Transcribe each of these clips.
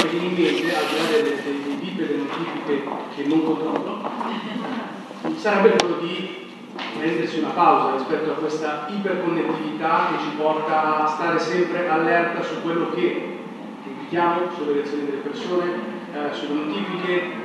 che viene in mente, al di là delle tipiche e delle notifiche che non controllo, sarebbe quello di prendersi una pausa rispetto a questa iperconnettività che ci porta a stare sempre allerta su quello che clicchiamo, sulle reazioni delle persone, sulle notifiche,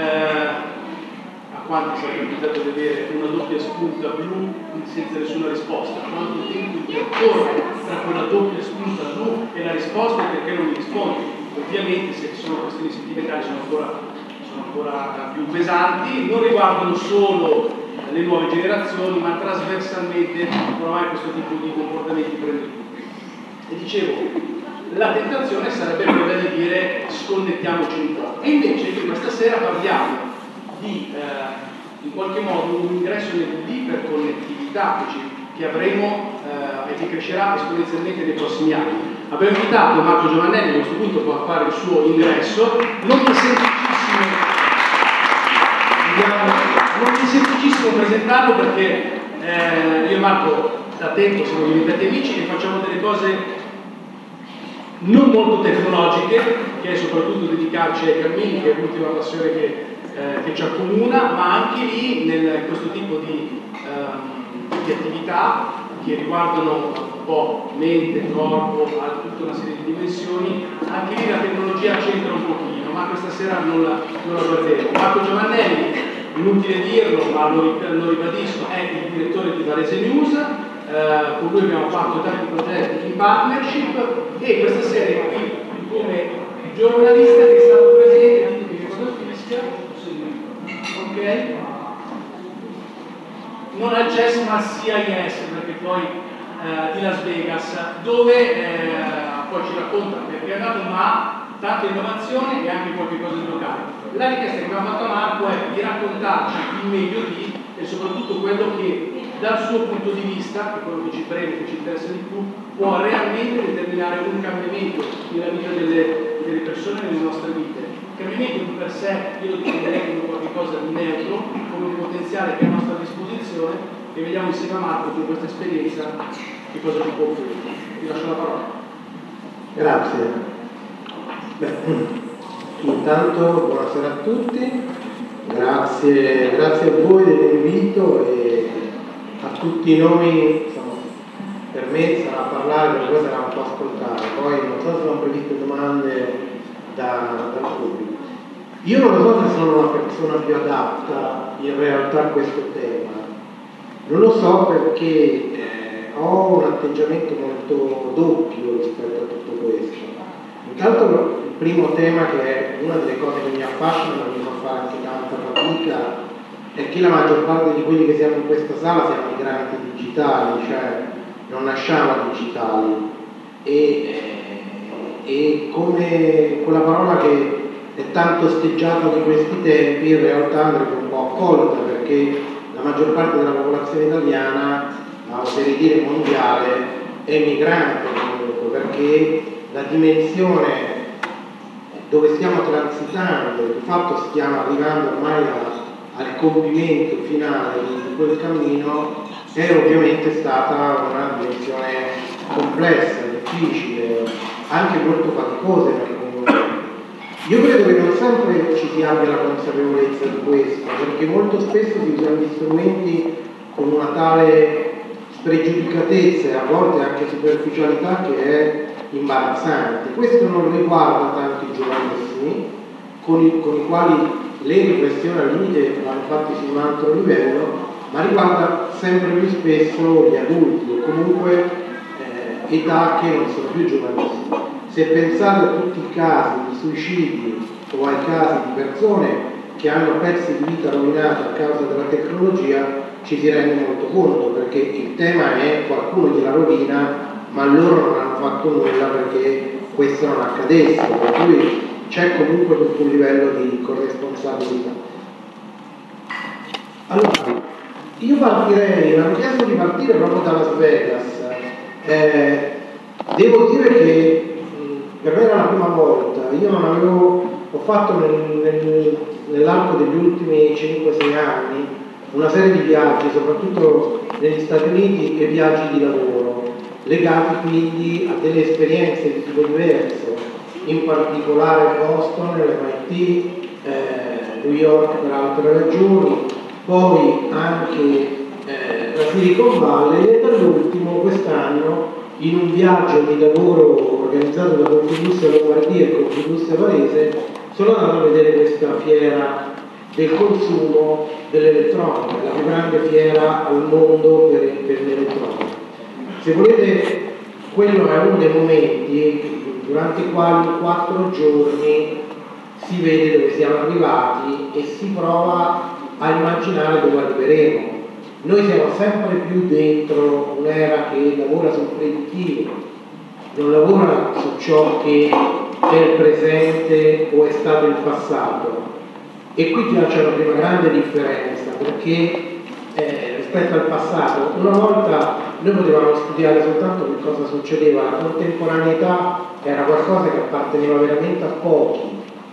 a quanti sarebbe capitato di avere una doppia spunta blu senza nessuna risposta, quanto tempo intercorre tra quella doppia spunta blu e la risposta e perché non mi rispondi. Ovviamente se ci sono questioni sentimentali sono ancora più pesanti, non riguardano solo le nuove generazioni, ma trasversalmente ormai questo tipo di comportamenti prende tutti. E dicevo, la tentazione sarebbe quella di dire sconnettiamoci un po'. E invece io questa sera parliamo di, in qualche modo, un ingresso nell'iperconnettività che avremo e che crescerà esponenzialmente nei prossimi anni. Abbiamo invitato Marco Giovannelli, a questo punto può fare il suo ingresso. Non mi è semplicissimo presentarlo perché io e Marco da tempo siamo diventati amici e facciamo delle cose non molto tecnologiche, che è soprattutto dedicarci ai cammini, che è l'ultima passione che ci accomuna, ma anche lì, in questo tipo di attività che riguardano un po' mente, corpo, tutta una serie di dimensioni, anche lì la tecnologia c'entra un pochino, ma questa sera non la guarderemo. Marco Giovannelli, inutile dirlo, ma lo ribadisco, è il direttore di Varese News, con cui abbiamo fatto tanti progetti in partnership e questa sera è qui come giornalista che è stato presente, ditemi che cosa fischia, ok? Non al CES ma al CIS, perché poi di Las Vegas, dove poi ci racconta perché è andato, ma tanta innovazione e anche qualche cosa di locale. La richiesta che abbiamo fatto a Marco è di raccontarci il meglio di e soprattutto quello che dal suo punto di vista, che è quello che ci preme, che ci interessa di più, può realmente determinare un cambiamento nella vita delle persone e nelle nostre vite. Il cambiamento di per sé io lo definirei come qualcosa di neutro, come un potenziale che è a nostra disposizione, e vediamo insieme a Marco con questa esperienza che cosa ci può offrire. Ti lascio la parola. Grazie. Intanto buonasera a tutti, grazie a voi dell'invito e a tutti noi, insomma, per me sarà parlare, per voi sarà un po' ascoltare, poi non so se sono previste domande dal pubblico. Io non so se sono la persona più adatta in realtà a questo tema, non lo so perché ho un atteggiamento molto doppio rispetto a tutto questo. Intanto il primo tema, che è una delle cose che mi affascina, ma mi fa fare anche tanta fatica, è che la maggior parte di quelli che siamo in questa sala siamo migranti digitali, cioè non nasciamo digitali e come quella parola che è tanto osteggiata di questi tempi in realtà andrebbe un po' accolta, perché la maggior parte della popolazione italiana, ma oserei dire mondiale, è migrante comunque, perché la dimensione dove stiamo transitando, di fatto stiamo arrivando ormai al compimento finale di quel cammino, è ovviamente stata una dimensione complessa, difficile, anche molto faticosa in alcuni momenti. Io credo che non sempre ci si abbia la consapevolezza di questo, perché molto spesso si usano gli strumenti con una tale spregiudicatezza e a volte anche superficialità che è imbarazzante. Questo non riguarda tanto i giovanissimi, con i quali le riflessioni al limite vanno fatte su un altro livello, ma riguarda sempre più spesso gli adulti o comunque età che non sono più giovanissimi. Se pensate a tutti i casi di suicidi o ai casi di persone che hanno pezzi di vita rovinati a causa della tecnologia, ci si rende molto conto, perché il tema è qualcuno gliela rovina, ma loro non hanno fatto nulla perché questo non accadesse, per cui c'è comunque tutto un livello di corresponsabilità. Allora, io partirei, mi hanno chiesto di partire proprio da Las Vegas. Devo dire che per me era la prima volta, io non avevo, ho fatto nell'arco degli ultimi 5-6 anni una serie di viaggi, soprattutto negli Stati Uniti, e viaggi di lavoro, legati quindi a delle esperienze di tipo diverso, in particolare Boston, l'MIT, New York per altre ragioni, poi anche la Silicon Valley e dall'ultimo quest'anno in un viaggio di lavoro organizzato da Confindustria Lombardia e Confindustria Varese sono andato a vedere questa fiera del consumo dell'elettronica, la più grande fiera al mondo per l'elettronica. Se volete, quello è uno dei momenti durante i quali in 4 giorni si vede dove siamo arrivati e si prova a immaginare dove arriveremo. Noi siamo sempre più dentro un'era che lavora sul predittivo, non lavora su ciò che è il presente o è stato il passato. E qui c'è la prima grande differenza, perché rispetto al passato, una volta noi potevamo studiare soltanto che cosa succedeva, la contemporaneità era qualcosa che apparteneva veramente a pochi,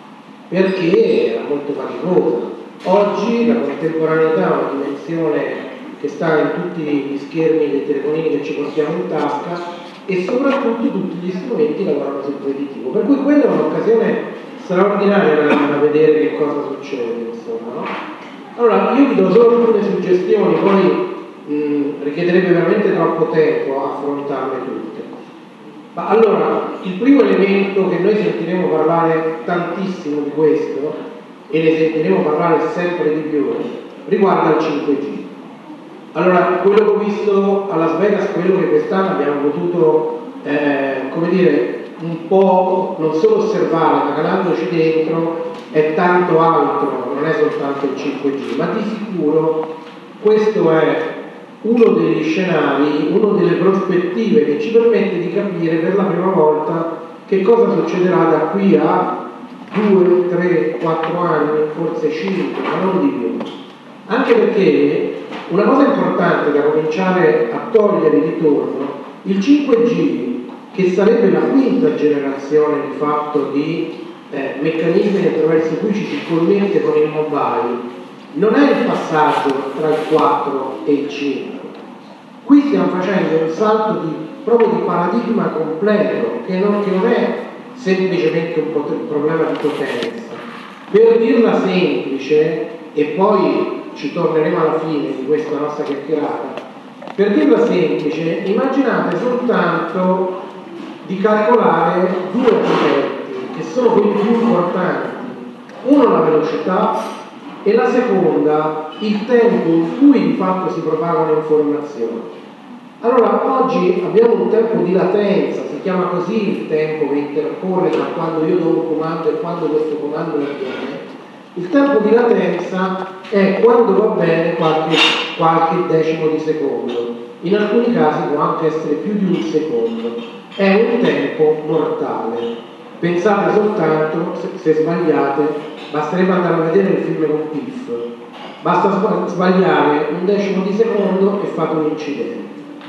perché era molto faticosa. Oggi la contemporaneità è una dimensione che sta in tutti gli schermi dei telefonini che ci portiamo in tasca e soprattutto tutti gli strumenti lavorano sul predittivo, per cui quella è un'occasione straordinaria per andare a vedere che cosa succede, insomma, no? Allora, io vi do solo alcune suggestioni, poi richiederebbe veramente troppo tempo a affrontarle tutte. Ma allora, il primo elemento che noi sentiremo parlare tantissimo di questo, e ne sentiremo parlare sempre di più, riguarda il 5G. Allora, quello che ho visto a Las Vegas, quello che quest'anno abbiamo potuto, come dire, un po' non solo osservare, ma calandoci dentro, è tanto altro, non è soltanto il 5G, ma di sicuro questo è uno degli scenari, una delle prospettive che ci permette di capire per la prima volta che cosa succederà da qui a 2, 3, 4 anni, forse 5, ma non di più. Anche perché una cosa importante da cominciare a togliere di torno, il 5G, che sarebbe la quinta generazione di fatto di meccanismi attraverso cui ci si connette con il mobile, non è il passaggio tra il 4 e il 5. Qui stiamo facendo un salto proprio di paradigma completo, che non è semplicemente un problema di potenza. Per dirla semplice, e poi ci torneremo alla fine di questa nostra chiacchierata, per dirla semplice, immaginate soltanto di calcolare 2 aspetti che sono quelli più importanti. Uno, la velocità, e la seconda, il tempo in cui di fatto si propagano le informazioni. Allora, oggi abbiamo un tempo di latenza, si chiama così il tempo che intercorre tra quando io do un comando e quando questo comando avviene. Il tempo di latenza è quando va bene qualche decimo di secondo, in alcuni casi può anche essere più di un secondo. È un tempo mortale. Pensate soltanto, se sbagliate, basterebbe andare a vedere il film con Piff. Basta sbagliare un decimo di secondo e fate un incidente.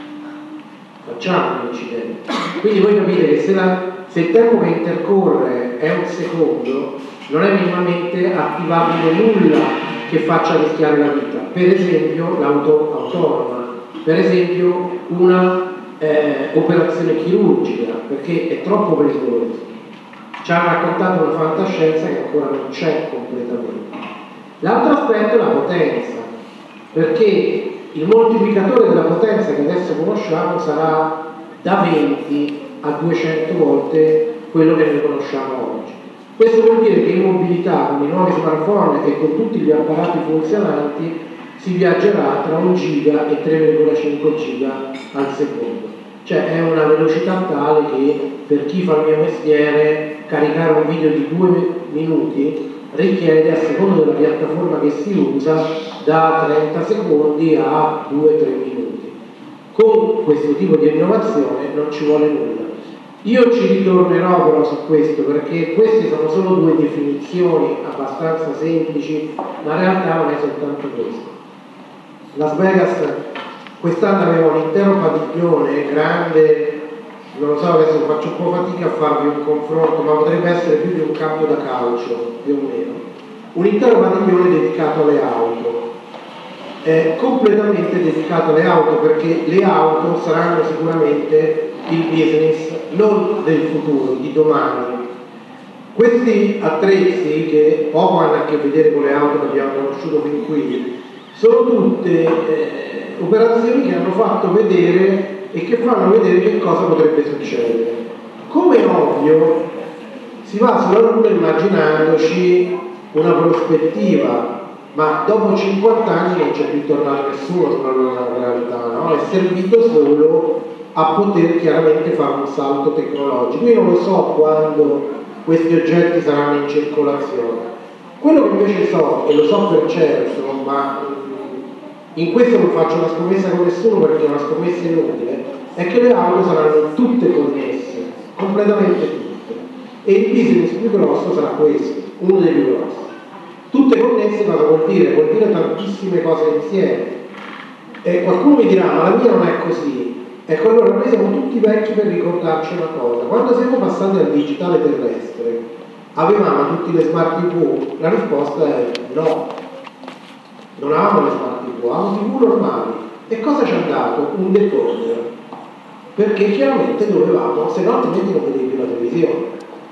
Facciamo un incidente. Quindi voi capite che se il tempo che intercorre è un secondo, non è minimamente attivabile nulla che faccia rischiare la vita. Per esempio l'auto autonoma, per esempio una operazione chirurgica, perché è troppo pericoloso. Ci ha raccontato una fantascienza che ancora non c'è completamente. L'altro aspetto è la potenza, perché il moltiplicatore della potenza che adesso conosciamo sarà da 20 a 200 volte quello che noi conosciamo oggi. Questo vuol dire che in mobilità, con i nuovi smartphone e con tutti gli apparati funzionanti, si viaggerà tra 1 giga e 3,5 giga al secondo. Cioè è una velocità tale che per chi fa il mio mestiere caricare un video di 2 minuti richiede, a seconda della piattaforma che si usa, da 30 secondi a 2-3 minuti. Con questo tipo di innovazione non ci vuole nulla. Io ci ritornerò però su questo, perché queste sono solo 2 definizioni abbastanza semplici, ma in realtà non è soltanto questo. Las Vegas quest'anno aveva un intero padiglione grande, non lo so, adesso faccio un po' fatica a farvi un confronto, ma potrebbe essere più di un campo da calcio, più o meno. Un intero padiglione dedicato alle auto, completamente dedicato alle auto, perché le auto saranno sicuramente il business non del futuro, di domani, Questi attrezzi, che poco hanno a che vedere con le auto che abbiamo conosciuto fin qui, sono tutte operazioni che hanno fatto vedere e che fanno vedere che cosa potrebbe succedere. Come ovvio, si va sulla Luna immaginandoci una prospettiva, ma dopo 50 anni non c'è più tornato nessuno sulla Luna in realtà, no? È servito solo a poter chiaramente fare un salto tecnologico. Io non lo so quando questi oggetti saranno in circolazione. Quello che invece so, e lo so per certo, ma in questo non faccio una scommessa con nessuno perché è una scommessa inutile, è che le auto saranno tutte connesse, completamente tutte. E il business più grosso sarà questo, uno dei più grossi. Tutte connesse cosa vuol dire? Vuol dire tantissime cose insieme. E qualcuno mi dirà, ma la mia non è così. Ecco, allora noi siamo tutti vecchi per ricordarci una cosa. Quando siamo passati al digitale terrestre, avevamo tutti le smart TV? La risposta è no. Non avevamo le smart TV, avevamo TV normali. E cosa ci ha dato? Un decoder. Perché chiaramente dovevamo, se no altrimenti non vedevi più la televisione.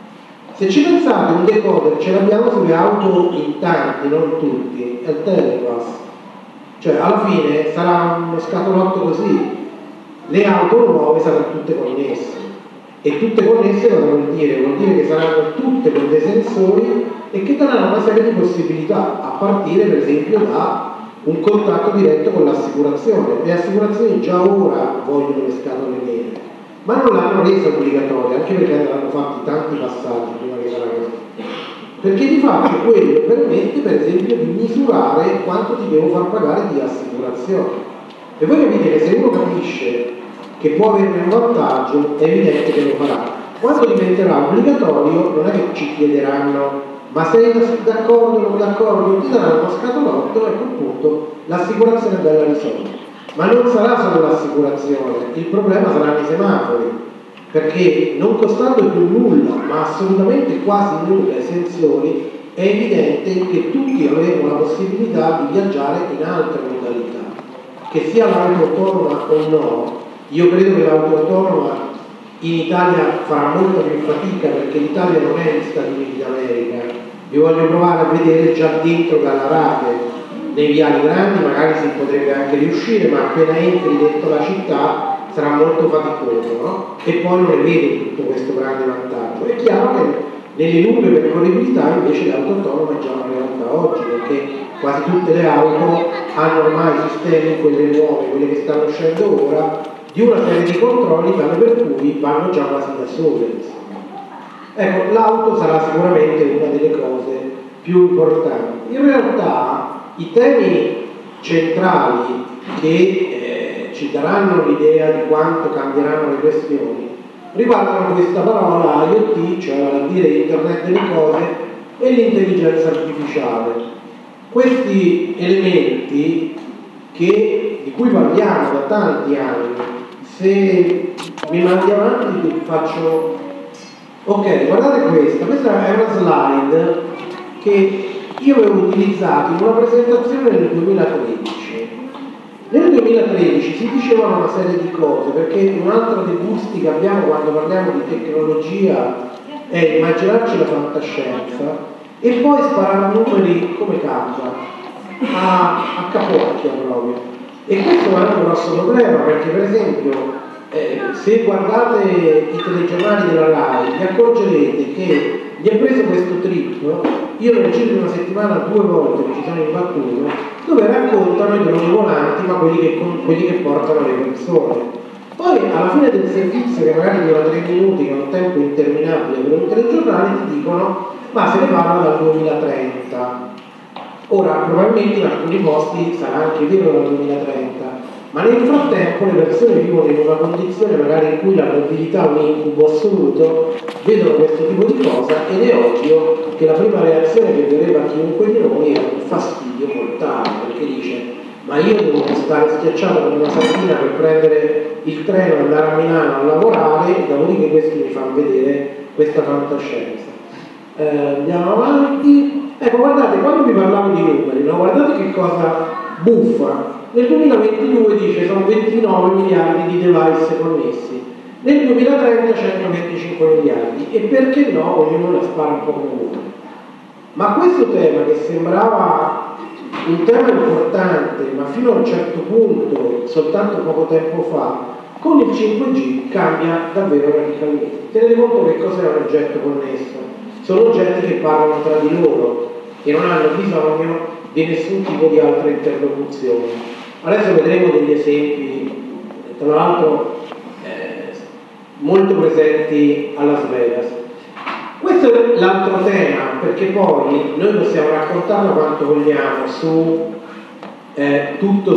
Se ci pensate, un decoder ce l'abbiamo sulle auto in tanti, non tutti, è il Telepass. Cioè, alla fine sarà uno scatolotto così. Le auto nuove saranno tutte connesse. E tutte connesse cosa vuol dire? Vuol dire che saranno tutte con dei sensori e che daranno una serie di possibilità, a partire per esempio da un contatto diretto con l'assicurazione. Le assicurazioni già ora vogliono le scatole nere, ma non l'hanno resa obbligatoria, anche perché hanno fatto tanti passaggi prima che sarà così. Perché di fatto quello permette per esempio di misurare quanto ti devo far pagare di assicurazione. E voi capite che se uno capisce che può avere un vantaggio, è evidente che lo farà. Quando diventerà obbligatorio, non è che ci chiederanno ma sei d'accordo o non d'accordo, ti daranno uno scatolotto e a quel punto l'assicurazione è bella risolta. Ma non sarà solo l'assicurazione, il problema saranno i semafori, perché non costando più nulla, ma assolutamente quasi nulla ai sensori, è evidente che tutti avremo la possibilità di viaggiare in altre modalità. Che sia l'auto autonoma o no, io credo che l'auto autonoma in Italia farà molto più fatica perché l'Italia non è gli Stati Uniti d'America. Vi voglio provare a vedere già dentro Gallarate, nei viali grandi magari si potrebbe anche riuscire, ma appena entri dentro la città sarà molto faticoso, no? E poi non ne vedi tutto questo grande vantaggio. È chiaro che nelle lunghe percorribilità invece l'auto autonoma è già una realtà oggi, perché quasi tutte le auto hanno ormai sistemi, quelle nuove, quelle che stanno uscendo ora, di una serie di controlli tale per cui vanno già quasi da sole. Ecco, l'auto sarà sicuramente una delle cose più importanti. In realtà i temi centrali che ci daranno l'idea di quanto cambieranno le questioni riguardano questa parola IoT, cioè vale a dire Internet delle cose, e l'intelligenza artificiale. Questi elementi di cui parliamo da tanti anni, se mi mandi avanti vi faccio... Ok, guardate questa è una slide che io avevo utilizzato in una presentazione nel 2013. Nel 2013 si dicevano una serie di cose, perché un altro dei gusti che abbiamo quando parliamo di tecnologia è immaginarci la fantascienza e poi sparare numeri come capita, a capocchia proprio. E questo è un grosso problema, perché per esempio se guardate i telegiornali della RAI vi accorgerete che gli è preso questo trip, io nel giro di una settimana 2 volte mi ci sono imbattuto, dove raccontano i droni volanti, ma quelli che portano le persone. Poi alla fine del servizio, che magari dura 3 minuti, che è un tempo interminabile per un telegiornale, ti dicono ma se ne parla dal 2030. Ora probabilmente in alcuni posti sarà anche vero dal 2030, ma nel frattempo le persone vivono in una condizione magari in cui la mobilità è un incubo assoluto, vedono questo tipo di cosa ed è ovvio che la prima reazione che verrebbe a chiunque di noi è un fastidio mortale, perché dice ma io devo stare schiacciato come una sardina per prendere il treno e andare a Milano a lavorare e dopodiché questi mi fanno vedere questa fantascienza. Andiamo avanti. Ecco, guardate, quando vi parlavo di numeri, no? Guardate che cosa buffa. Nel 2022 dice sono 29 miliardi di device connessi. nel 2030 125 miliardi e perché no, ognuno la spara un po' come vuole. Ma questo tema che sembrava un tema importante, ma fino a un certo punto, soltanto poco tempo fa, con il 5G cambia davvero radicalmente. Tenete conto che cos'è un oggetto connesso? Sono oggetti che parlano tra di loro e non hanno bisogno di nessun tipo di altra interlocuzione. Adesso vedremo degli esempi, tra l'altro molto presenti a Las Vegas. Questo è l'altro tema, perché poi noi possiamo raccontarlo quanto vogliamo su tutto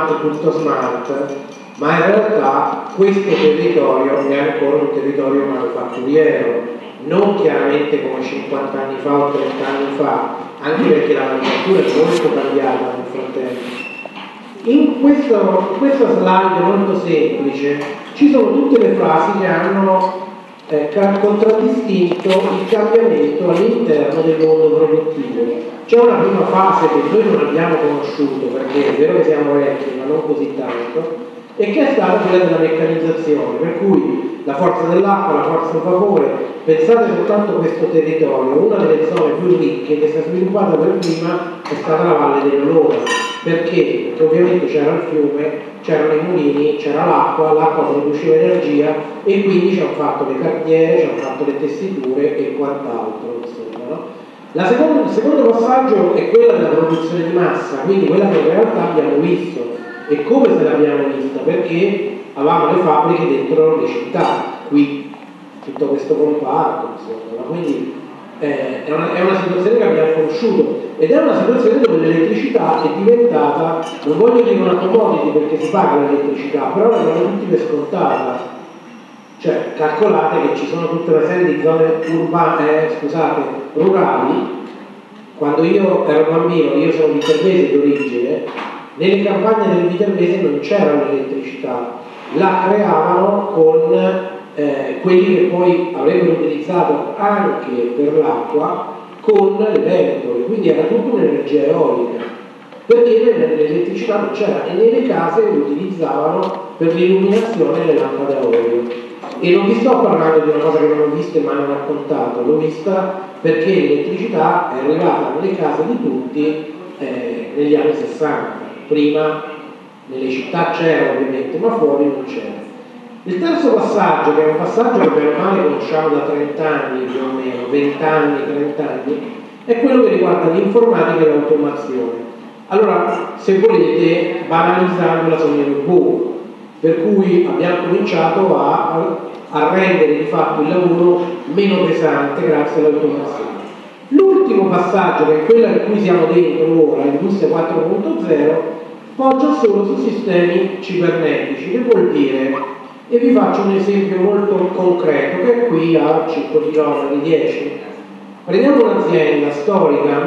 smart, ma in realtà questo territorio è ancora un territorio manufatturiero, non chiaramente come 50 anni fa o 30 anni fa, anche perché la manifattura è molto cambiata nel frattempo. In questa slide molto semplice ci sono tutte le frasi che hanno contraddistinto il cambiamento all'interno del mondo produttivo. C'è una prima fase che noi non abbiamo conosciuto, perché è vero che siamo vecchi, ma non così tanto, e che è stata quella della meccanizzazione, per cui la forza dell'acqua, la forza del vapore, pensate soltanto a questo territorio, una delle zone più ricche che si è sviluppata per prima è stata la Valle dell'Olona. Perché? Perché ovviamente c'era il fiume, c'erano i mulini, c'era l'acqua produceva energia e quindi ci hanno fatto le cartiere, ci hanno fatto le tessiture e quant'altro, insomma, no? Il secondo passaggio è quella della produzione di massa, quindi quella che in realtà abbiamo visto. E come se l'abbiamo vista? Perché avevamo le fabbriche dentro le città, qui tutto questo comparto, insomma, quindi è una situazione che abbiamo conosciuto ed è una situazione dove l'elettricità è diventata, non voglio dire una commodity perché si paga l'elettricità, però la danno tutti per scontata. Cioè, calcolate che ci sono tutta una serie di zone rurali. Quando io ero bambino, io sono vitervese d'origine, nelle campagne del vitervese non c'era l'elettricità, la creavano con quelli che poi avrebbero utilizzato anche per l'acqua con le ventole, quindi era tutta un'energia eolica, perché l'elettricità non c'era e nelle case utilizzavano per l'illuminazione le lampade a olio. E non vi sto parlando di una cosa che non ho visto e mi hanno raccontato, l'ho vista perché l'elettricità è arrivata nelle case di tutti negli anni 60. Prima nelle città c'era ovviamente, ma fuori non c'era. Il terzo passaggio, che è un passaggio che per male conosciamo da 30 anni più o meno, 20 anni, 30 anni, è quello che riguarda l'informatica e l'automazione. Allora, se volete, banalizzandola sono i robot, per cui abbiamo cominciato a rendere di fatto il lavoro meno pesante grazie all'automazione. L'ultimo passaggio, che è quello in cui siamo dentro ora, l'industria 4.0, poggia solo su sistemi cibernetici, che vuol dire, e vi faccio un esempio molto concreto, che è qui a 5 km, 10. Prendiamo un'azienda storica,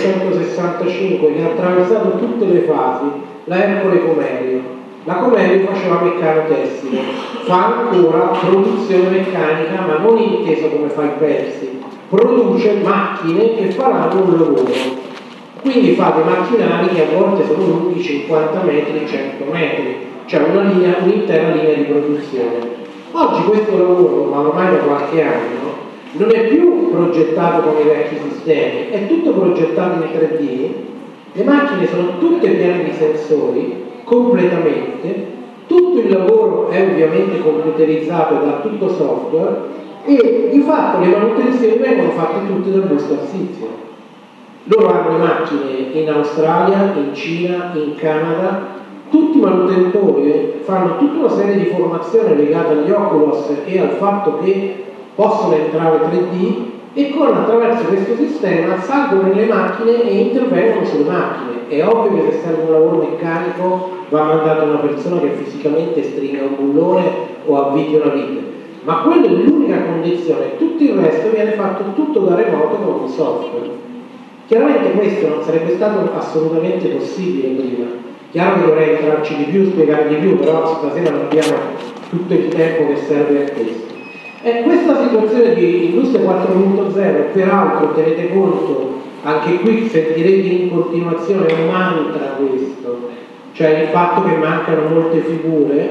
1865, che ha attraversato tutte le fasi, la Ercole Comerio. La Comerio faceva meccano tessile, fa ancora produzione meccanica, ma non inteso come fa i pezzi, produce macchine che faranno un lavoro. Quindi fa dei macchinari che a volte sono lunghi 50 metri, 100 metri, cioè un'intera linea di produzione. Oggi questo lavoro, ma ormai da qualche anno, non è più progettato come i vecchi sistemi, è tutto progettato in 3D, le macchine sono tutte piene di sensori, completamente, tutto il lavoro è ovviamente computerizzato da tutto software e di fatto le manutenzioni vengono fatte tutte dal busto arsizio. Loro hanno le macchine in Australia, in Cina, in Canada, tutti i manutentori fanno tutta una serie di formazione legata agli Oculus e al fatto che possono entrare 3D e attraverso questo sistema salgono nelle macchine e intervengono sulle macchine. È ovvio che se serve un lavoro meccanico va mandata una persona che fisicamente stringa un bullone o avviti una vite, ma quella è l'unica condizione, tutto il resto viene fatto tutto da remoto con un software. Chiaramente questo non sarebbe stato assolutamente possibile prima. Chiaro che dovrei entrarci di più, spiegare di più, però stasera non abbiamo tutto il tempo che serve a questo. E questa situazione di industria 4.0, peraltro tenete conto, anche qui sentirete in continuazione un mantra questo, cioè il fatto che mancano molte figure,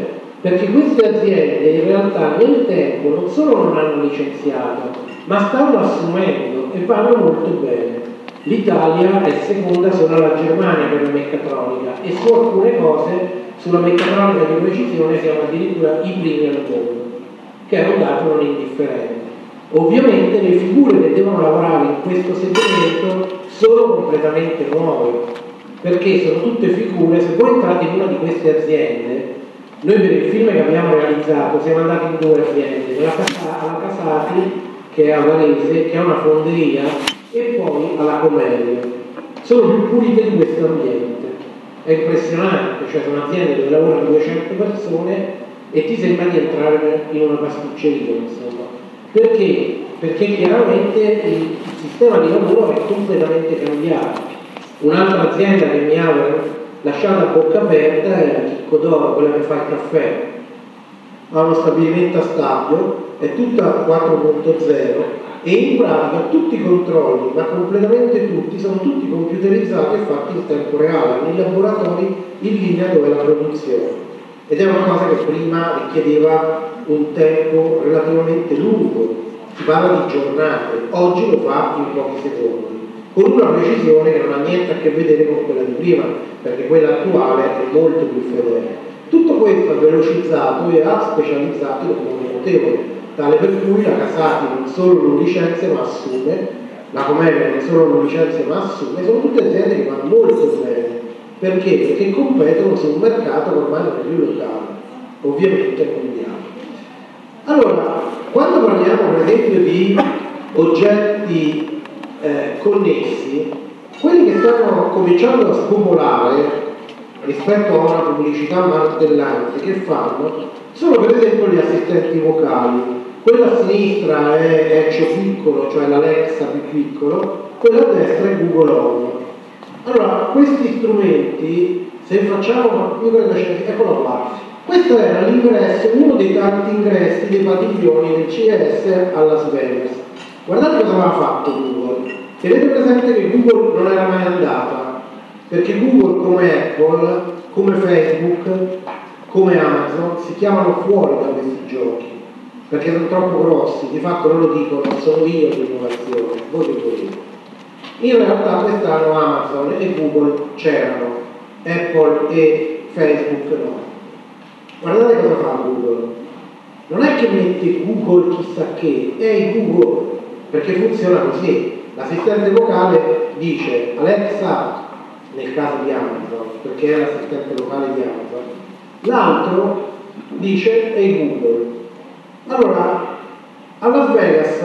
perché queste aziende in realtà nel tempo non solo non hanno licenziato, ma stanno assumendo e vanno molto bene. L'Italia è seconda solo alla Germania per la meccatronica e su alcune cose, sulla meccatronica di precisione, siamo addirittura i primi al mondo, che è un dato non indifferente. Ovviamente le figure che devono lavorare in questo segmento sono completamente nuove, perché sono tutte figure, se voi entrate in una di queste aziende, noi per il film che abbiamo realizzato siamo andati in 2 aziende, alla Casati, che è a Varese, che è una fonderia, e poi alla Comelio. Sono più pulite di questo ambiente. È impressionante, cioè sono aziende dove lavorano 200 persone e ti sembra di entrare in una pasticceria, insomma. Perché? Perché chiaramente il sistema di lavoro è completamente cambiato. Un'altra azienda che mi ha lasciato a bocca aperta è la Chicco d'Oro, quella che fa il caffè. Ha uno stabilimento a Stabio, è tutta 4.0 e in pratica tutti i controlli, ma completamente tutti, sono tutti computerizzati e fatti in tempo reale, nei laboratori in linea dove è la produzione. Ed è una cosa che prima richiedeva un tempo relativamente lungo, si parla di giornate, oggi lo fa in pochi secondi, con una precisione che non ha niente a che vedere con quella di prima, perché quella attuale è molto più fedele. Tutto questo ha velocizzato e ha specializzato in un modo notevole, tale per cui la Casati non solo non licenzia ma assume, la Comelio non solo non licenzia ma assume, sono tutte aziende che vanno molto bene. Perché? Perché competono su un mercato che ormai non è più locale, ovviamente è mondiale. Allora, quando parliamo per esempio di oggetti connessi, quelli che stanno cominciando a spopolare rispetto a una pubblicità martellante che fanno sono per esempio gli assistenti vocali. Quella a sinistra è Echo piccolo, cioè l'Alexa più piccolo, quella a destra è Google Home. Allora, questi strumenti, se facciamo, io credo che eccolo qua, questo era l'ingresso, uno dei tanti ingressi dei padiglioni del CES a Las Vegas. Guardate cosa aveva fatto Google. Tenete presente che Google non era mai andata, perché Google come Apple, come Facebook, come Amazon si chiamano fuori da questi giochi, perché sono troppo grossi, di fatto loro dicono sono io l'innovazione, voi che volete. In realtà quest'anno Amazon e Google c'erano, Apple e Facebook no. Guardate cosa fa Google. Non è che mette Google chissà che, è il Google, perché funziona così. L'assistente vocale dice Alexa, nel caso di Amazon, perché è l'assistente vocale di Amazon, l'altro dice è Google. Allora, a Las Vegas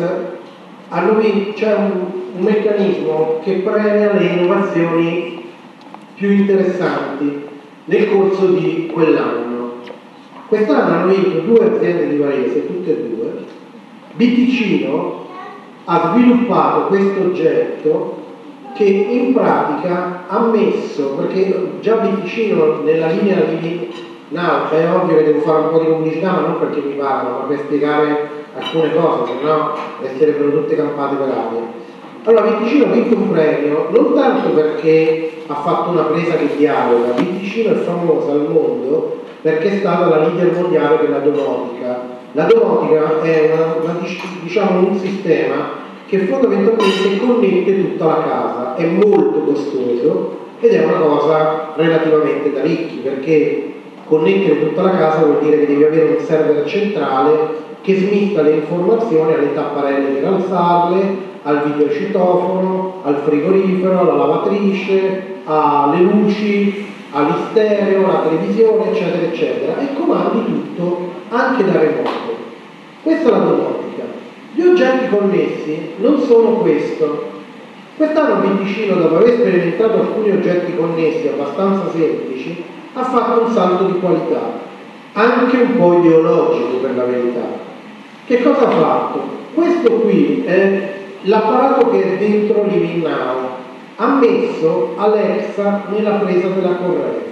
c'è un meccanismo che premia le innovazioni più interessanti nel corso di quell'anno. Quest'anno hanno vinto 2 aziende di Varese, tutte e 2. Biticino ha sviluppato questo oggetto che in pratica ha messo, perché già Biticino nella linea di Now, è ovvio che devo fare un po' di pubblicità, ma non perché mi pagano, ma per spiegare alcune cose, se no resterebbero tutte campate per aria. Allora Biticino ha vinto un premio non tanto perché ha fatto una presa che dialoga. Biticino è famosa al mondo perché è stata la leader mondiale della domotica. La domotica è diciamo un sistema che fondamentalmente connette tutta la casa, è molto costoso ed è una cosa relativamente da ricchi, perché connettere tutta la casa vuol dire che devi avere un server centrale che smista le informazioni alle tapparelle per alzarle, al videocitofono, al frigorifero, alla lavatrice, alle luci, agli stereo, alla televisione, eccetera, eccetera, e comandi tutto anche da remoto. Questa è la domotica. Gli oggetti connessi non sono questo. Quest'anno Biticino, dopo aver sperimentato alcuni oggetti connessi abbastanza semplici, ha fatto un salto di qualità, anche un po' ideologico per la verità. Che cosa ha fatto? Questo qui è l'apparato che è dentro Living Now. Ha messo Alexa nella presa della corrente.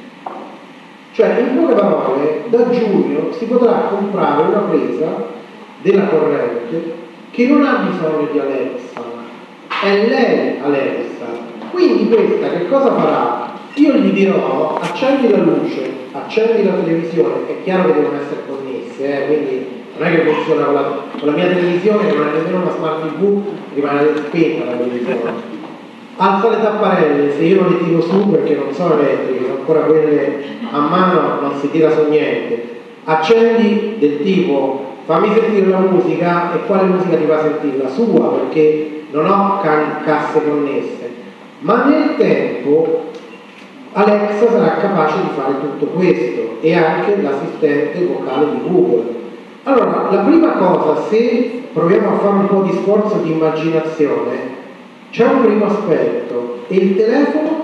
Cioè, in poche parole, da giugno si potrà comprare una presa della corrente che non ha bisogno di Alexa, è lei Alexa. Quindi questa che cosa farà? Io gli dirò accendi la luce, accendi la televisione, è chiaro che devono essere connesse, quindi non è che funziona con la mia televisione, non è nemmeno una smart TV, rimane spenta la televisione. Alza le tapparelle, se io non le tiro su perché non sono elettriche, sono ancora quelle a mano, non si tira su niente. Accendi del tipo fammi sentire la musica, e quale musica ti fa sentire? La sua, perché non ho casse connesse. Ma nel tempo Alexa sarà capace di fare tutto questo, e anche l'assistente vocale di Google. Allora, la prima cosa, se proviamo a fare un po' di sforzo di immaginazione, c'è un primo aspetto, e il telefono,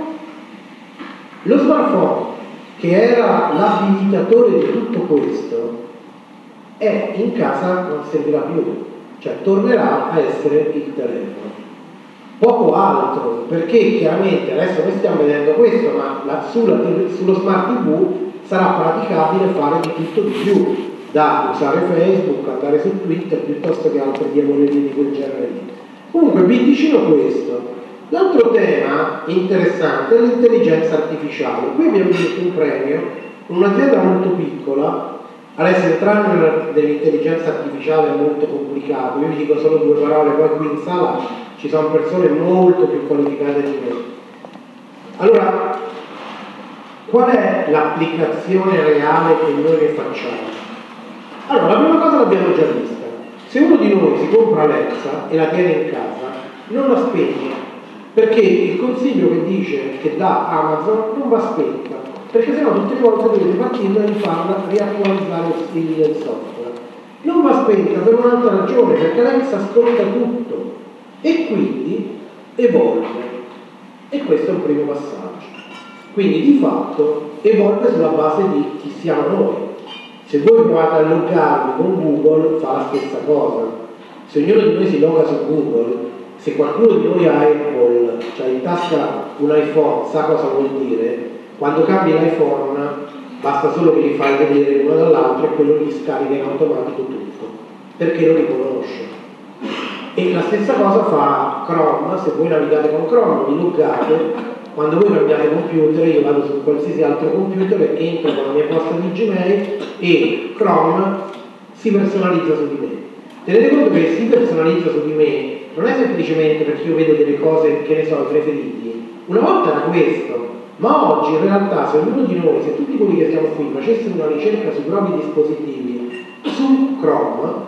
lo smartphone, che era l'abilitatore di tutto questo, in casa non servirà più, cioè tornerà a essere il telefono. Poco altro, perché chiaramente adesso noi stiamo vedendo questo, ma sullo smart TV sarà praticabile fare di tutto di più, da usare Facebook, andare su Twitter, piuttosto che altre diavolerie di quel genere lì. Comunque vi vicino questo. L'altro tema interessante è l'intelligenza artificiale. Qui abbiamo vinto un premio, un'azienda molto piccola. Adesso entrare nell'intelligenza artificiale è molto complicato, io vi dico solo due parole, poi qui in sala ci sono persone molto più qualificate di me. Allora, qual è l'applicazione reale che noi ne facciamo? Allora, la prima cosa l'abbiamo già vista. Se uno di noi si compra Alexa e la tiene in casa, non la spegne, perché il consiglio che dice, che dà Amazon, non va spenta, perché sennò tutte le volte dovete partirla e rifarla, riattualizzare il software. Non va spenta per un'altra ragione, perché Alexa ascolta tutto e quindi evolve. E questo è un primo passaggio. Quindi di fatto evolve sulla base di chi siamo noi. Se voi provate a loggarvi con Google, fa la stessa cosa. Se ognuno di noi si loga su Google, se qualcuno di noi ha Apple, cioè in tasca un iPhone, sa cosa vuol dire, quando cambi l'iPhone basta solo che li fai vedere l'uno dall'altro e quello gli scarica in automatico tutto, perché lo riconosce. E la stessa cosa fa Chrome. Se voi navigate con Chrome, vi loggate, quando voi cambiate computer, io vado su qualsiasi altro computer e entro con la mia posta di Gmail e Chrome si personalizza su di me. Tenete conto che si personalizza su di me non è semplicemente perché io vedo delle cose, che ne so, i preferiti. Una volta era questo, ma oggi in realtà se ognuno di noi, se tutti quelli che siamo qui facessimo una ricerca sui propri dispositivi su Chrome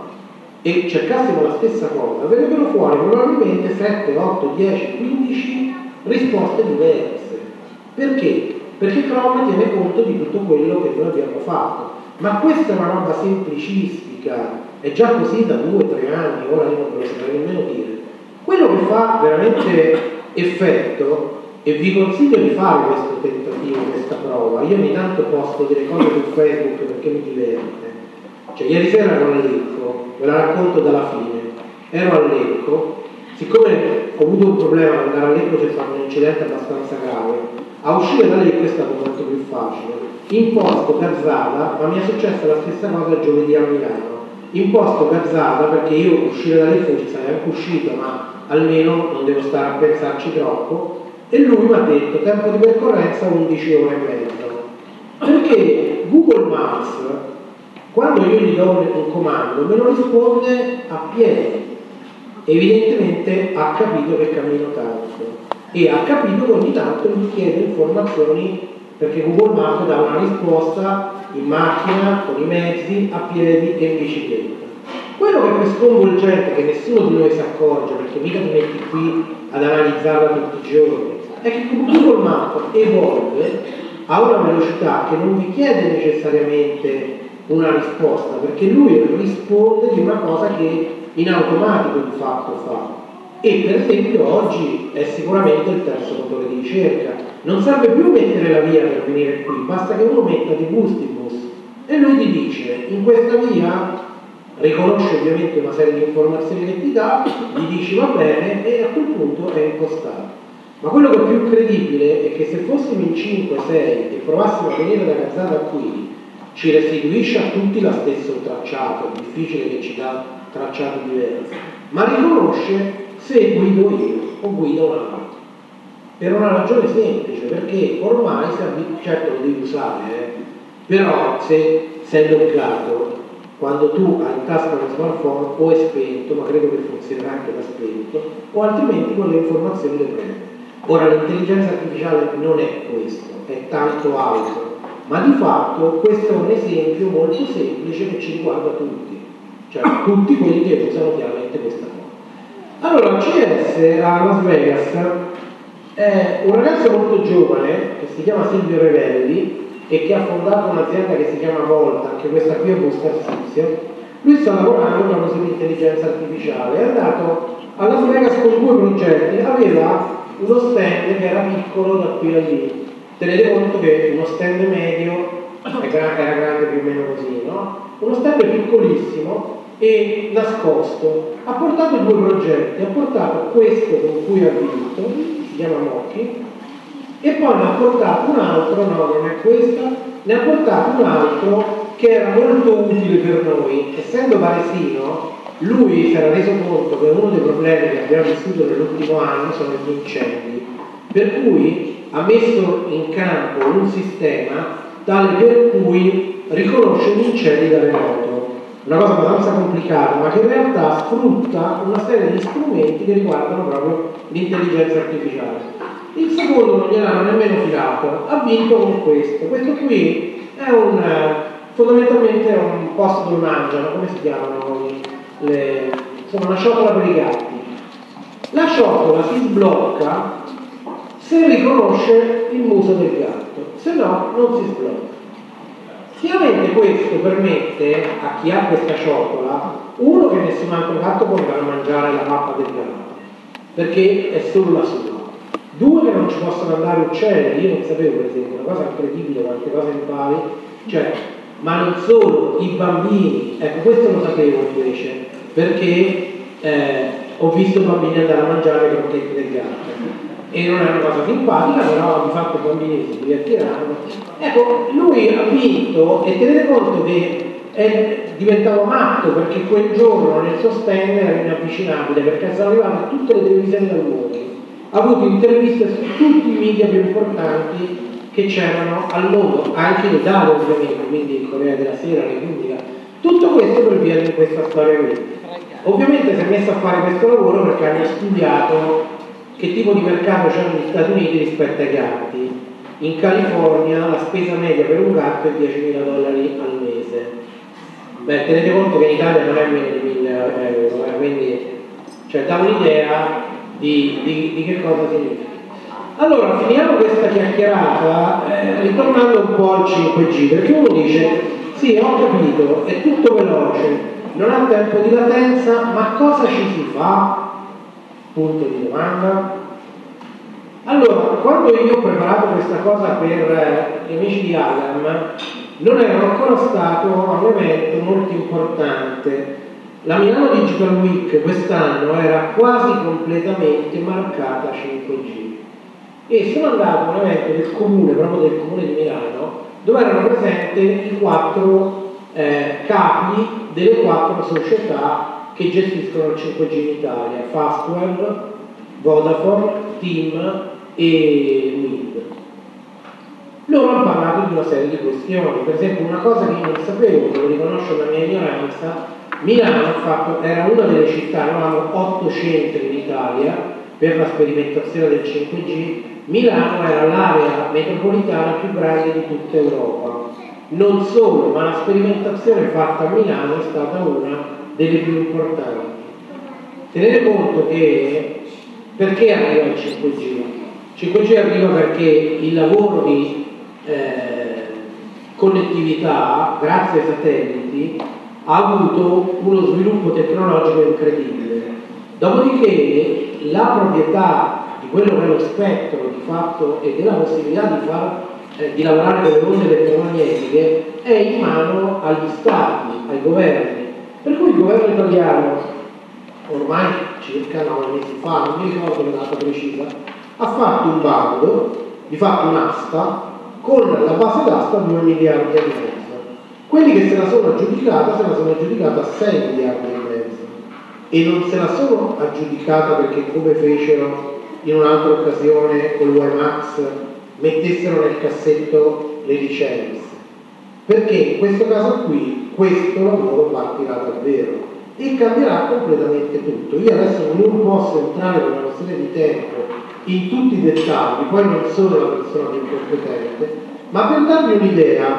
e cercassimo la stessa cosa, verrebbero fuori probabilmente 7, 8, 10, 15 risposte diverse. Perché? Perché Chrome tiene conto di tutto quello che noi abbiamo fatto. Ma questa è una roba semplicistica, è già così da 2 o 3 anni, ora io non ve lo saprei nemmeno dire. Quello che fa veramente effetto, e vi consiglio di fare questo tentativo, questa prova, io ogni tanto posto delle cose su Facebook perché mi diverte. Cioè ieri sera ero a Lecco, ve la racconto dalla fine, ero a Lecco, siccome ho avuto un problema ad andare a Lecco, c'è stato un incidente abbastanza grave, a uscire da Lecco è stato molto più facile. Imposto Gazzada, ma mi è successa la stessa cosa giovedì a Milano. Imposto Gazzada perché io uscire da Lecco ci sarei anche uscito, ma almeno non devo stare a pensarci troppo, e lui mi ha detto tempo di percorrenza 11 ore e mezzo, perché Google Maps quando io gli do un comando me lo risponde a piedi. Evidentemente ha capito che cammino tanto e ha capito che ogni tanto mi chiede informazioni, perché Google Maps dà una risposta in macchina, con i mezzi, a piedi e in bicicletta. Quello che è più sconvolgente, che nessuno di noi si accorge, perché mica ti metti qui ad analizzarla tutti i giorni, è che Google Maps evolve a una velocità che non vi chiede necessariamente una risposta, perché lui risponde di una cosa che in automatico di fatto fa. E per esempio oggi è sicuramente il terzo motore di ricerca. Non serve più mettere la via per venire qui, basta che uno metta di gustibus e lui ti dice in questa via, riconosce ovviamente una serie di informazioni che ti dà, gli dici va bene e a quel punto è impostato. Ma quello che è più incredibile è che se fossimo in 5-6 e provassimo a venire da Gazzada qui, ci restituisce a tutti lo stesso tracciato, è difficile che ci dà tracciati diversi, ma riconosce se guido io o guida un altro. Per una ragione semplice, perché ormai certo lo devi usare, Però se sei loggato, quando tu hai in tasca uno smartphone o è spento, ma credo che funzionerà anche da spento, o altrimenti con le informazioni le prende. Ora l'intelligenza artificiale non è questo, è tanto altro, ma di fatto questo è un esempio molto semplice che ci riguarda tutti, cioè tutti quelli che usano chiaramente questa cosa. Allora, CS a Las Vegas è un ragazzo molto giovane che si chiama Silvio Revelli e che ha fondato un'azienda che si chiama Volta, anche questa qui è un Starsizio. Lui sta lavorando con una cosa di intelligenza artificiale, è andato a Las Vegas con 2 progetti, aveva uno stand che era piccolo da qui a lì. Tenete conto che uno stand medio era grande più o meno così, no? Uno stand piccolissimo e nascosto. Ha portato 2 progetti, ha portato questo con cui ha vinto, si chiama Mocchi, e poi ne ha portato un altro, no, non è questa, ne ha portato un altro che era molto utile per noi. Essendo varesino, lui si era reso conto che uno dei problemi che abbiamo vissuto nell'ultimo anno sono gli incendi, per cui ha messo in campo un sistema tale per cui riconosce gli incendi da remoto. Una cosa abbastanza complicata, ma che in realtà sfrutta una serie di strumenti che riguardano proprio l'intelligenza artificiale. Il secondo non gliel'hanno nemmeno filato, ha vinto con questo. Questo qui è fondamentalmente un posto dove mangiano, come si chiamano? Insomma, una ciotola per i gatti. La ciotola si sblocca se riconosce il muso del gatto, se no non si sblocca. Chiaramente questo permette a chi ha questa ciotola, uno, che nessun altro gatto può andare a mangiare la pappa del gatto, perché è solo la sua. 2, che non ci possono andare uccelli. Io non sapevo, per esempio, una cosa incredibile, quante cose impari, cioè, ma non solo, i bambini, ecco, questo lo sapevo invece, perché ho visto bambini andare a mangiare le crocchette del gatto. E non è una cosa simpatica, però di fatto i bambini si divertiranno. Ecco, lui ha vinto e tenete conto che diventava matto perché quel giorno nel suo stand era inavvicinabile perché sono arrivate tutte le televisioni del mondo. Ha avuto interviste su tutti i media più importanti che c'erano al mondo, anche in Italia ovviamente, quindi in Corea della Sera, Repubblica. Tutto questo per via di questa storia qui. Ovviamente si è messo a fare questo lavoro perché hanno studiato che tipo di mercato c'è negli Stati Uniti rispetto ai gatti. In California la spesa media per un gatto è $10.000 al mese. Beh, tenete conto che in Italia non è meno di 1.000 euro, quindi cioè, dà un'idea di che cosa significa. Allora, finiamo questa chiacchierata ritornando un po' al 5G, perché uno dice, sì, ho capito, è tutto veloce, non ha tempo di latenza, ma cosa ci si fa? Punto di domanda. Allora, quando io ho preparato questa cosa per gli amici di Allam, non ero ancora stato a un evento molto importante. La Milano Digital Week quest'anno era quasi completamente marcata 5G e sono andato a un evento del comune, proprio del comune di Milano, dove erano presenti i 4 capi delle 4 società che gestiscono il 5G in Italia: Fastweb, Vodafone, TIM e Wind. Loro hanno parlato di una serie di questioni, per esempio una cosa che io non sapevo, che lo riconosco la mia ignoranza. Milano era una delle città, noi avevamo 8 centri in Italia per la sperimentazione del 5G. Milano era l'area metropolitana più grande di tutta Europa. Non solo, ma la sperimentazione fatta a Milano è stata una delle più importanti. Tenete conto che perché arriva il 5G? Il 5G arriva perché il lavoro di connettività, grazie ai satelliti, ha avuto uno sviluppo tecnologico incredibile. Dopodiché la proprietà di quello che è lo spettro di fatto e della possibilità di lavorare con le onde elettromagnetiche è in mano agli stati, ai governi. Per cui il governo italiano, ormai circa 9 mesi fa, non mi ricordo la data precisa, ha fatto un bando, di fatto un'asta, con la base d'asta 2,5 miliardi. Quelli che se la sono aggiudicata 6,5 miliardi. E non se la sono aggiudicata perché, come fecero in un'altra occasione con l'UEMAX, mettessero nel cassetto le licenze. perché in questo caso qui questo lavoro partirà davvero e cambierà completamente tutto. Io adesso non posso entrare con una questione di tempo in tutti i dettagli, poi non sono la persona più competente, ma per darvi un'idea,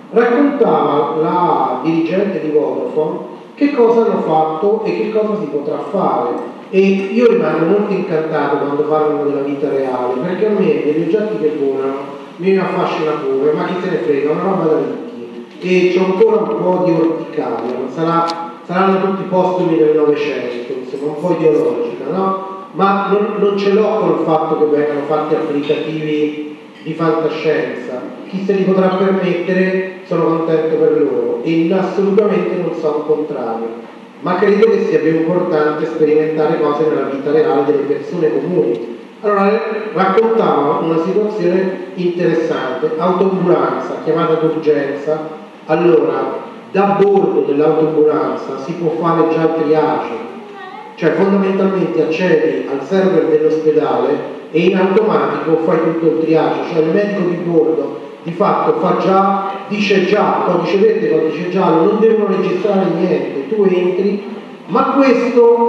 raccontava la dirigente di Vodafone che cosa hanno fatto e che cosa si potrà fare. E io rimango molto incantato quando parlano della vita reale, perché a me degli oggetti che volano mi affascina pure, ma chi se ne frega, una roba da ricchi. E c'è ancora un po' di orticaria, saranno tutti postumi del Novecento, insomma, un po' ideologica, no? Ma non ce l'ho col fatto che vengano fatti applicativi di fantascienza. Chi se li potrà permettere, sono contento per loro e assolutamente non sono contrario. Ma credo che sia più importante sperimentare cose nella vita reale delle persone comuni. Allora, raccontava una situazione interessante, autoambulanza, chiamata d'urgenza. Allora, da bordo dell'autoambulanza si può fare già il triage, cioè fondamentalmente accedi al server dell'ospedale e in automatico fai tutto il triage, cioè il medico di bordo di fatto dice già, codice verde, codice giallo, non devono registrare niente, tu entri, ma questo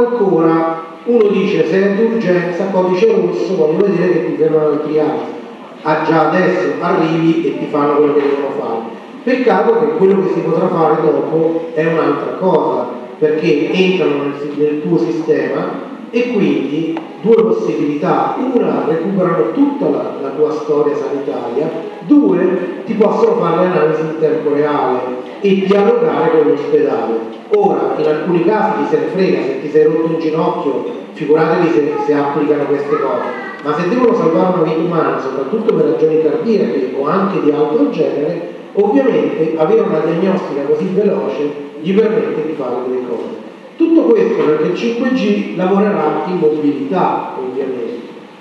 ancora uno dice se è d'urgenza, codice rosso, voglio vedere che ti fermano il triage. Già adesso arrivi e ti fanno quello che devono fare. Peccato che quello che si potrà fare dopo è un'altra cosa, perché entrano nel tuo sistema e quindi due possibilità: una, recuperano tutta la tua storia sanitaria; due, ti possono fare le analisi in tempo reale e dialogare con l'ospedale. Ora, in alcuni casi ti se ne frega, se ti sei rotto un ginocchio, figuratevi se applicano queste cose, ma se devono salvare una vita umana, soprattutto per ragioni cardiache o anche di altro genere, ovviamente avere una diagnostica così veloce gli permette di fare delle cose. Tutto questo perché il 5G lavorerà in mobilità, ovviamente.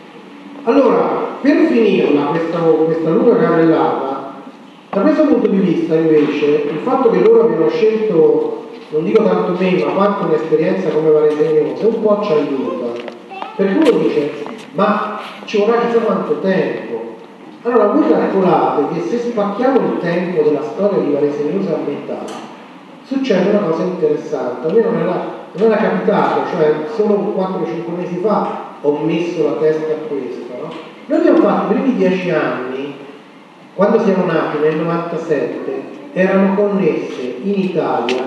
Allora, per finirla questa lunga carrellata, da questo punto di vista invece, il fatto che loro abbiano scelto, non dico tanto me, ma quanto un'esperienza come Varesegnosa, un po' ci aiuta. Perché uno dice, ma ci vorrà chissà quanto tempo. Allora, voi calcolate che se spacchiamo il tempo della storia di Varesegnosa a metà, succede una cosa interessante. A me non era capitato, cioè solo 4-5 mesi fa ho messo la testa a questo, no? Noi abbiamo fatto i primi 10 anni, quando siamo nati nel 97, erano connesse in Italia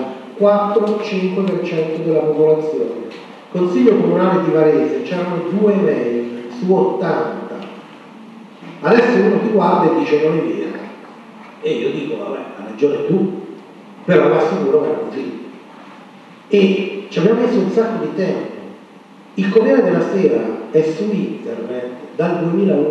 4-5% della popolazione. Consiglio comunale di Varese, c'erano 2 mail su 80. Adesso uno ti guarda e dice non è vero. E io dico, vabbè, hai ragione tu, però vi assicuro che era così. E ci abbiamo messo un sacco di tempo. Il Corriere della Sera è su internet dal 2001,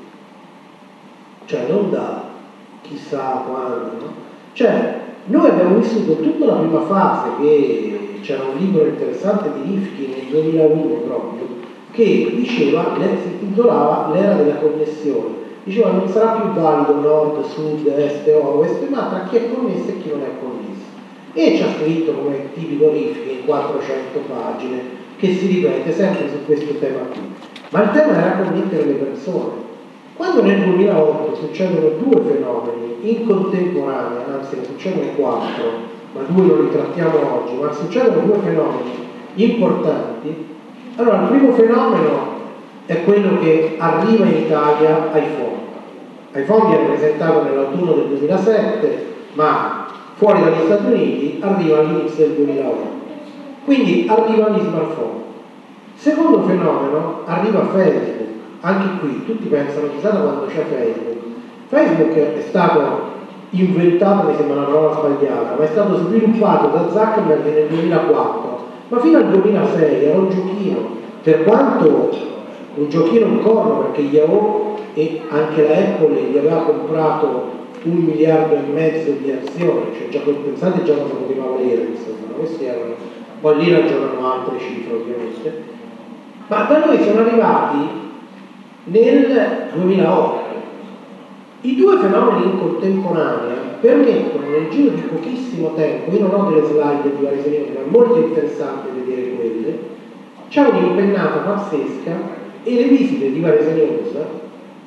cioè non da chissà quando, no? Cioè noi abbiamo vissuto tutta la prima fase, che c'era un libro interessante di Rifkin nel 2001 proprio, che diceva, si intitolava L'era della connessione. Diceva non sarà più valido nord, sud, est e ovest, ma tra chi è connesso e chi non è connesso. E ci ha scritto, come tipico Rifkin, 400 pagine, che si ripete sempre su questo tema qui. Ma il tema era connettere le persone. Quando nel 2008 succedono 2 fenomeni in contemporanea, anzi ne succedono 4, ma 2 non li trattiamo oggi, ma succedono 2 fenomeni importanti, allora il primo fenomeno è quello che arriva in Italia iPhone. iPhone viene presentato nell'autunno del 2007, ma fuori dagli Stati Uniti arriva all'inizio del 2008. Quindi arrivano gli smartphone. Secondo fenomeno, arriva Facebook. Anche qui tutti pensano chissà da quando c'è Facebook. Facebook è stato inventato, mi sembra una parola sbagliata, ma è stato sviluppato da Zuckerberg nel 2004, ma fino al 2006 era un giochino, per quanto un giochino in corno, perché Yahoo e anche la Apple gli aveva comprato 1,5 miliardi di azioni, cioè già pensate già cosa poteva valere, insomma, questi erano, poi lì ragionano altre cifre ovviamente, ma da noi sono arrivati nel 2008. I 2 fenomeni in contemporanea permettono nel giro di pochissimo tempo, io non ho delle slide di varie serie, ma è molto interessante vedere quelle, c'è un'impennata pazzesca e le visite di Varesegnosa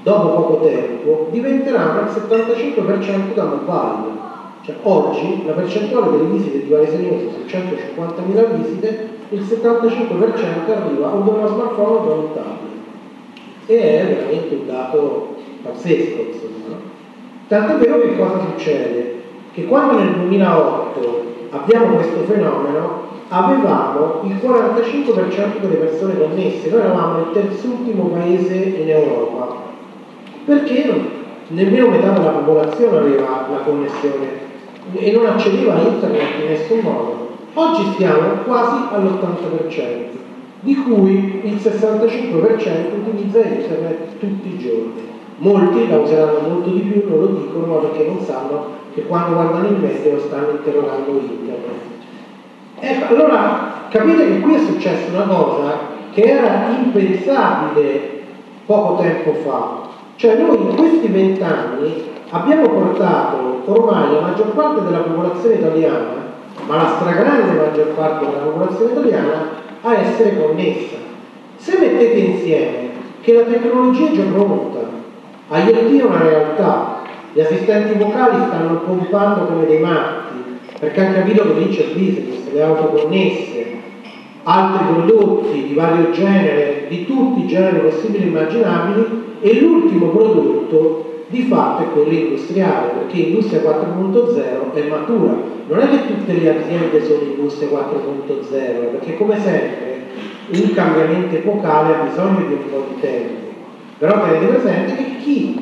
dopo poco tempo diventeranno al 75% da mobile. Cioè oggi la percentuale delle visite di Varie Segnose su 150.000 visite, il 75% arriva o da uno smartphone o da un tablet. E è veramente un dato pazzesco, insomma. Tant'è vero che cosa succede? Che quando nel 2008 abbiamo questo fenomeno, avevamo il 45% delle persone connesse, noi eravamo il terzultimo paese in Europa, perché nemmeno metà della popolazione aveva la connessione e non accedeva a internet in nessun modo. Oggi stiamo quasi all'80%, di cui il 65% utilizza internet tutti i giorni. Molti la useranno molto di più, non lo dicono, ma perché non sanno che quando guardano il meteo stanno interrogando internet. Ecco, allora capite che qui è successa una cosa che era impensabile poco tempo fa. Cioè noi in questi 20 anni abbiamo portato ormai la maggior parte della popolazione italiana, ma la stragrande maggior parte della popolazione italiana, a essere connessa. Se mettete insieme che la tecnologia è già pronta, IoT è una realtà, gli assistenti vocali stanno pompando come dei matti, perché hanno capito che lì c'è business, le auto connesse, altri prodotti di vario genere, di tutti i generi possibili e immaginabili, e l'ultimo prodotto di fatto è quello industriale, perché Industria 4.0 è matura. Non è che tutte le aziende sono Industria 4.0, perché come sempre un cambiamento epocale ha bisogno di un po' di tempo. Però tenete presente che chi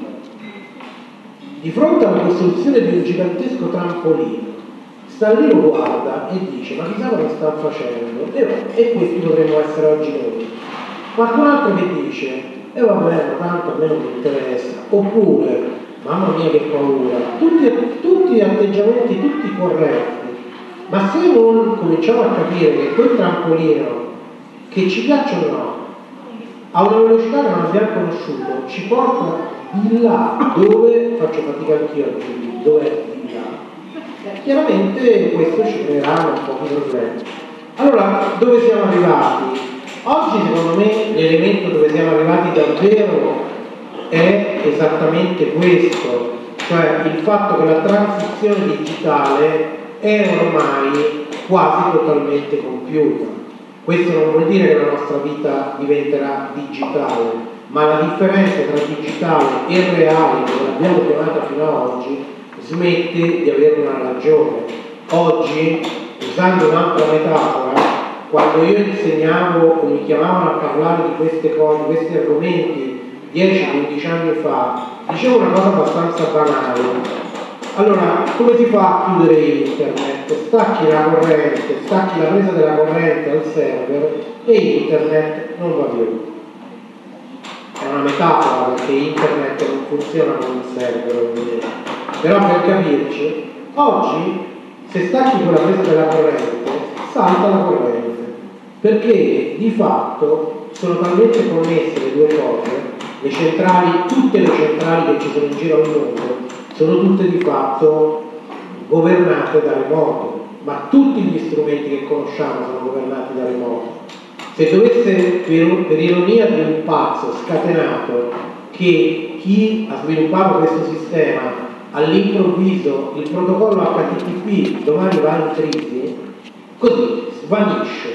di fronte alla costruzione di un gigantesco trampolino sta lì, lo guarda e dice: ma chissà cosa stanno facendo, e questi dovremmo essere oggi noi. Qualcun altro che dice: e vabbè, ma tanto a me non mi interessa, oppure mamma mia che paura, tutti atteggiamenti tutti corretti. Ma se non cominciamo a capire che quel trampolino, che ci piaccia o no, a una velocità che non abbiamo conosciuto, ci porta di là dove faccio fatica anch'io a dirvi dove è di là, chiaramente questo ci creerà un po' di problemi. Allora, dove siamo arrivati? Oggi secondo me l'elemento dove siamo arrivati davvero è esattamente questo, cioè il fatto che la transizione digitale è ormai quasi totalmente compiuta. Questo non vuol dire che la nostra vita diventerà digitale, ma la differenza tra digitale e reale, come l'abbiamo chiamata fino ad oggi, smette di avere una ragione. Oggi, usando un'altra metafora, quando io insegnavo o mi chiamavano a parlare di queste cose, di questi argomenti 10-15 anni fa, dicevo una cosa abbastanza banale. Allora, come si fa a chiudere internet? Stacchi la corrente, stacchi la presa della corrente al server e internet non va più. È una metafora, perché internet non funziona con il server, ovviamente. Però per capirci, oggi se stacchi quella presa della corrente, salta la corrente, perché di fatto sono talmente connesse le due cose, le centrali, tutte le centrali che ci sono in giro al mondo sono tutte di fatto governate da remoto, ma tutti gli strumenti che conosciamo sono governati da remoto. Se dovesse, per ironia di un pazzo scatenato, che chi ha sviluppato questo sistema all'improvviso il protocollo HTTP domani va in crisi, così svanisce,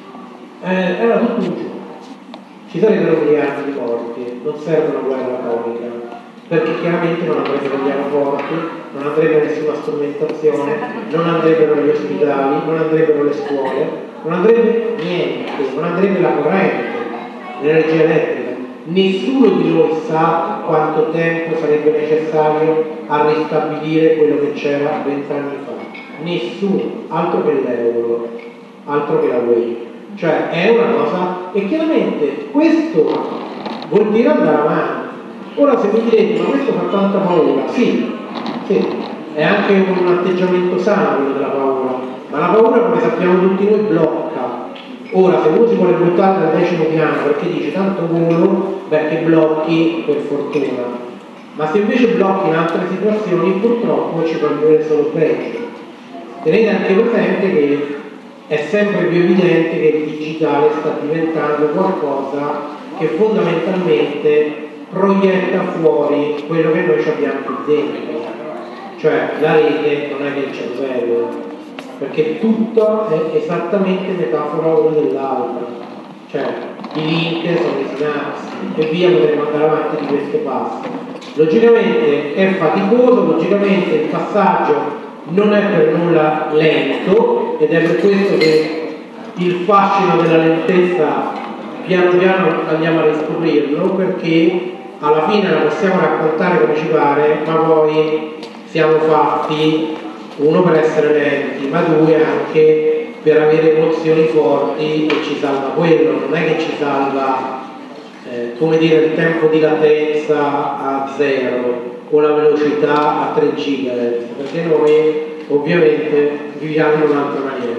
era tutto un gioco. Ci sarebbero miliardi di morti, non serve una guerra atomica, perché chiaramente non andrebbero gli aeroporti, non andrebbe nessuna strumentazione, non andrebbero gli ospedali, non andrebbero le scuole, non andrebbe niente, non andrebbe la corrente, l'energia elettrica. Nessuno di noi sa quanto tempo sarebbe necessario a ristabilire quello che c'era 20 anni fa. Nessuno, altro che l'euro, altro che la UE. Cioè è una cosa, e chiaramente questo vuol dire andare avanti. Ora se mi direte, ma questo fa tanta paura, sì, è anche un atteggiamento sano quello della paura, ma la paura, come sappiamo tutti noi, blocca. Ora se uno si vuole buttare dal 10° piano perché dice tanto volo, beh, che blocchi per fortuna, ma se invece blocchi in altre situazioni purtroppo ci può venire solo peggio. Tenete anche presente che è sempre più evidente che il digitale sta diventando qualcosa che fondamentalmente proietta fuori quello che noi abbiamo qui dentro, cioè la rete non è che il cervello, perché tutto è esattamente metafora una dell'altra, cioè i link sono i sinapsi e via potremo andare avanti di questo passo. Logicamente è faticoso, logicamente il passaggio non è per nulla lento ed è per questo che il fascino della lentezza piano piano andiamo a riscoprirlo, perché alla fine la possiamo raccontare come ci pare, ma poi siamo fatti, uno per essere lenti, ma due anche per avere emozioni forti, e ci salva quello, non è che ci salva come dire il tempo di latenza a 0 o la velocità a 3 GHz, perché noi ovviamente viviamo in un'altra maniera.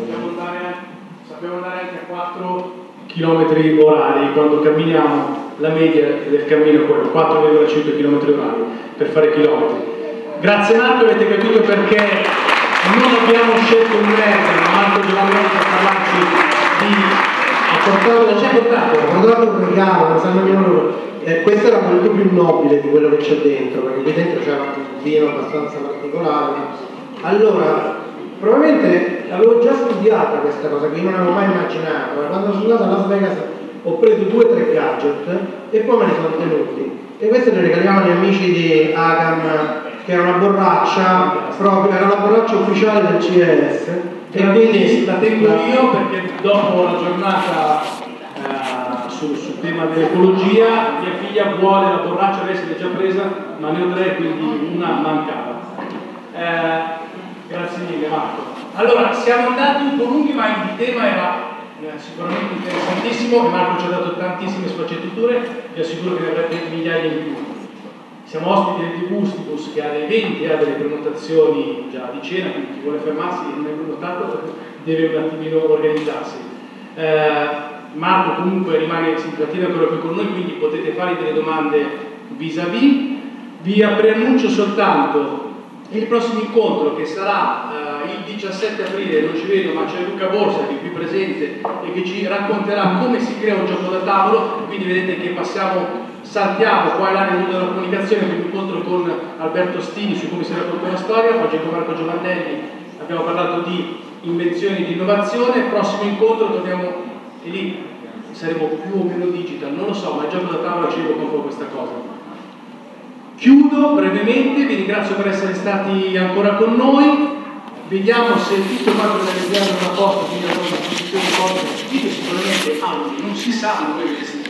Sappiamo andare anche a 4 km orari quando camminiamo, la media del cammino è quello, 4,5 km orari per fare chilometri. Grazie Marco, avete capito perché non abbiamo scelto un nerd, ma Marco Giovanni per parlarci di... Ho portato un regalo, ma sanno meno loro. Questo era molto più nobile di quello che c'è dentro, perché qui dentro c'era un vino abbastanza particolare. Allora, probabilmente avevo già studiata questa cosa che io non avevo mai immaginato. Quando sono andato a Las Vegas ho preso 2 o 3 gadget e poi me ne sono tenuti. E questi li regaliamo agli amici di Agam, che era una borraccia, proprio, era la borraccia ufficiale del CES. E quindi la tengo io perché dopo la giornata sul tema dell'ecologia mia figlia vuole la borraccia, lei se l'è già presa, ma ne ho 3, quindi una mancava. Grazie mille Marco. Allora, siamo andati un po' lunghi, ma il tema era sicuramente interessantissimo e Marco ci ha dato tantissime sfaccettature, vi assicuro che ne avrete migliaia in più. Siamo ospiti del Gustibus che alle 20 ha delle prenotazioni già di cena, quindi chi vuole fermarsi e non è prenotato deve un attimino organizzarsi. Marco comunque rimane, si intrattiene ancora qui con noi, quindi potete fare delle domande vis-à-vis. Vi preannuncio soltanto il prossimo incontro che sarà il 17 aprile, non ci vedo ma c'è Luca Borsa che è qui presente e che ci racconterà come si crea un gioco da tavolo, quindi vedete che saltiamo qua e là nel mondo della comunicazione, per incontro con Alberto Stini su come si racconta una storia, oggi con Marco Giovanelli abbiamo parlato di invenzioni e di innovazione, prossimo incontro torniamo e lì saremo più o meno digital, non lo so, ma il gioco da tavola ci evoca un po' questa cosa. Chiudo brevemente, vi ringrazio per essere stati ancora con noi, vediamo se tutto quanto realizziamo una posta, quindi una posizione forte, sicuramente Audi, non si sa,